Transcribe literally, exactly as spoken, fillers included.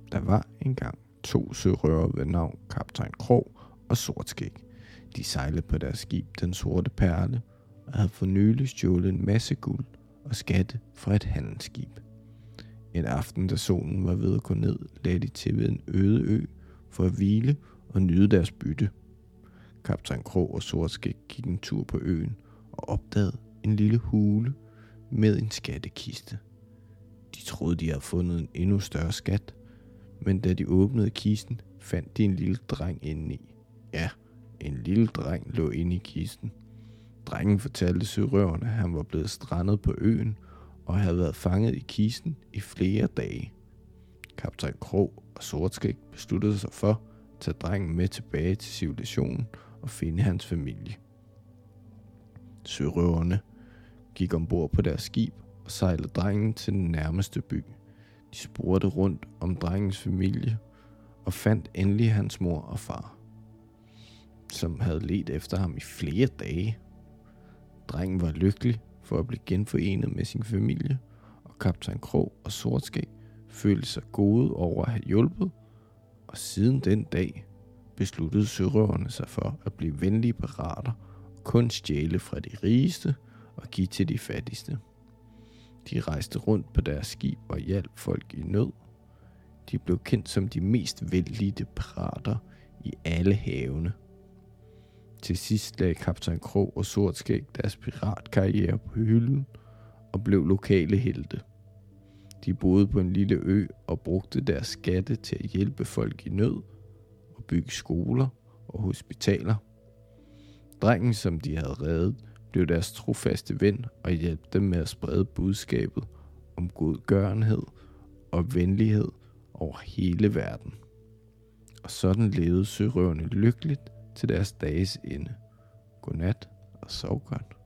Der var engang to sørøvere ved navn Kaptajn Krog og Sortskæg. De sejlede på deres skib Den Sorte Perle og havde for nylig stjålet en masse guld og skatte fra et handelsskib. En aften, da solen var ved at gå ned, lagde de til ved en øde ø for at hvile og nyde deres bytte. Kaptajn Krog og Sortskæg gik en tur på øen og opdagede en lille hule med en skattekiste. De troede, de havde fundet en endnu større skat, men da de åbnede kisten, fandt de en lille dreng indeni. Ja, en lille dreng lå inde i kisten. Drengen fortalte sørøverne, at han var blevet strandet på øen og havde været fanget i kisten i flere dage. Kaptajn Krog og Sortskæg besluttede sig for at tage drengen med tilbage til civilisationen og finde hans familie. Sørøverne gik ombord på deres skib og sejlede drengen til den nærmeste by. De spurgte rundt om drengens familie og fandt endelig hans mor og far, som havde ledt efter ham i flere dage. Drengen var lykkelig for at blive genforenet med sin familie, og Kaptajn Krog og Sortskæg følte sig gode over at have hjulpet, og siden den dag besluttede sørøverne sig for at blive venlige pirater og kun stjæle fra de rigeste og give til de fattigste. De rejste rundt på deres skib og hjalp folk i nød. De blev kendt som de mest vellidte pirater i alle havene. Til sidst lagde Kaptajn Krog og Sortskæg deres piratkarriere på hylden og blev lokale helte. De boede på en lille ø og brugte deres skatte til at hjælpe folk i nød og bygge skoler og hospitaler. Drengen, som de havde reddet, blev deres trofaste ven og hjalp dem med at sprede budskabet om godgørenhed og venlighed over hele verden. Og sådan levede sørøverne lykkeligt til deres dages ende. Godnat og sov godt.